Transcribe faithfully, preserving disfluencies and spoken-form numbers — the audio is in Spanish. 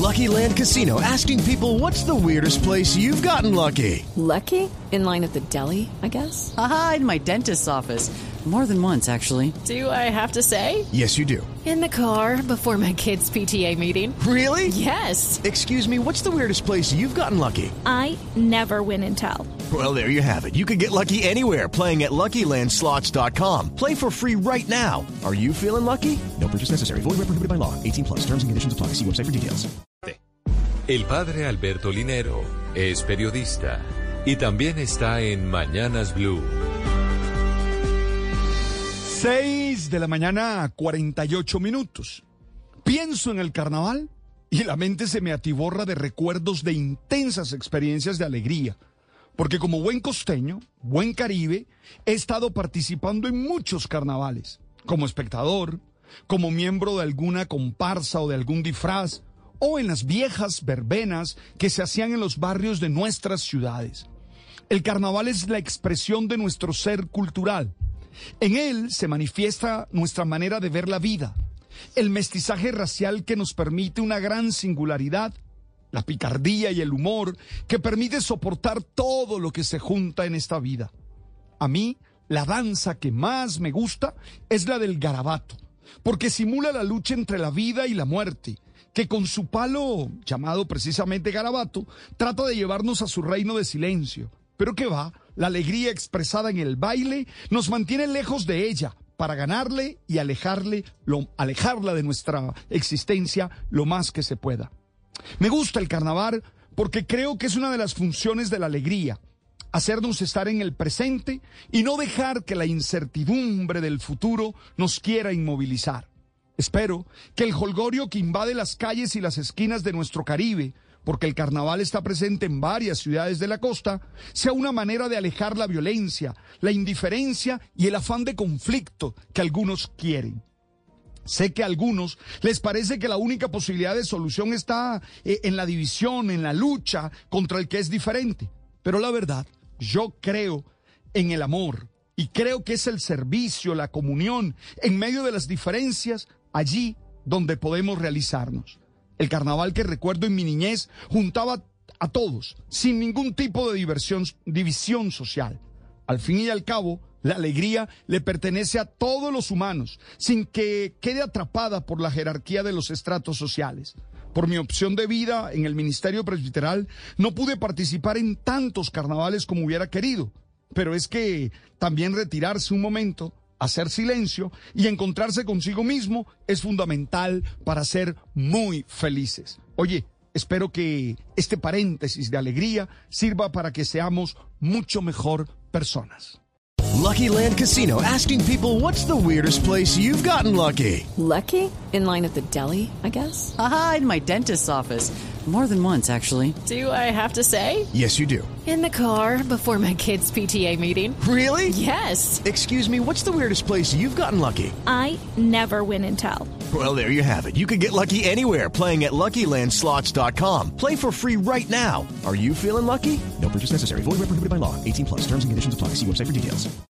Lucky Land Casino, asking people, what's the weirdest place you've gotten lucky? Lucky? In line at the deli, I guess? Aha, in my dentist's office. More than once, actually. Do I have to say? Yes, you do. In the car before my kids' P T A meeting. Really? Yes. Excuse me, what's the weirdest place you've gotten lucky? I never win and tell. Well, there you have it. You can get lucky anywhere, playing at Lucky Land Slots dot com. Play for free right now. Are you feeling lucky? No purchase necessary. Void where prohibited by law. eighteen plus. Terms and conditions apply. See website for details. El padre Alberto Linero es periodista y también está en Mañanas Blue. seis de la mañana, cuarenta y ocho minutos. Pienso en el carnaval y la mente se me atiborra de recuerdos de intensas experiencias de alegría. Porque como buen costeño, buen caribe, he estado participando en muchos carnavales. Como espectador, como miembro de alguna comparsa o de algún disfraz, o en las viejas verbenas que se hacían en los barrios de nuestras ciudades. El carnaval es la expresión de nuestro ser cultural. En él se manifiesta nuestra manera de ver la vida, el mestizaje racial que nos permite una gran singularidad, la picardía y el humor que permite soportar todo lo que se junta en esta vida. A mí, la danza que más me gusta es la del garabato, porque simula la lucha entre la vida y la muerte, que con su palo, llamado precisamente garabato, trata de llevarnos a su reino de silencio. Pero qué va, la alegría expresada en el baile nos mantiene lejos de ella para ganarle y alejarle, lo, alejarla de nuestra existencia lo más que se pueda. Me gusta el carnaval porque creo que es una de las funciones de la alegría, hacernos estar en el presente y no dejar que la incertidumbre del futuro nos quiera inmovilizar. Espero que el jolgorio que invade las calles y las esquinas de nuestro Caribe, porque el carnaval está presente en varias ciudades de la costa, sea una manera de alejar la violencia, la indiferencia y el afán de conflicto que algunos quieren. Sé que a algunos les parece que la única posibilidad de solución está eh, en la división, en la lucha contra el que es diferente. Pero la verdad, yo creo en el amor y creo que es el servicio, la comunión, en medio de las diferencias, allí donde podemos realizarnos. El carnaval que recuerdo en mi niñez juntaba a todos, sin ningún tipo de diversión, división social. Al fin y al cabo, la alegría le pertenece a todos los humanos, sin que quede atrapada por la jerarquía de los estratos sociales. Por mi opción de vida en el Ministerio Presbiteral, no pude participar en tantos carnavales como hubiera querido. Pero es que también retirarse un momento, hacer silencio y encontrarse consigo mismo es fundamental para ser muy felices. Oye, espero que este paréntesis de alegría sirva para que seamos mucho mejor personas. Lucky Land Casino, asking people, what's the weirdest place you've gotten lucky? Lucky? In line at the deli, I guess? Aha, in my dentist's office. More than once, actually. Do I have to say? Yes, you do. In the car before my kids' P T A meeting. Really? Yes. Excuse me, what's the weirdest place you've gotten lucky? I never win and tell. Well, there you have it. You can get lucky anywhere, playing at Lucky Land Slots dot com. Play for free right now. Are you feeling lucky? No purchase necessary. Void where prohibited by law. eighteen plus. Terms and conditions apply. See website for details.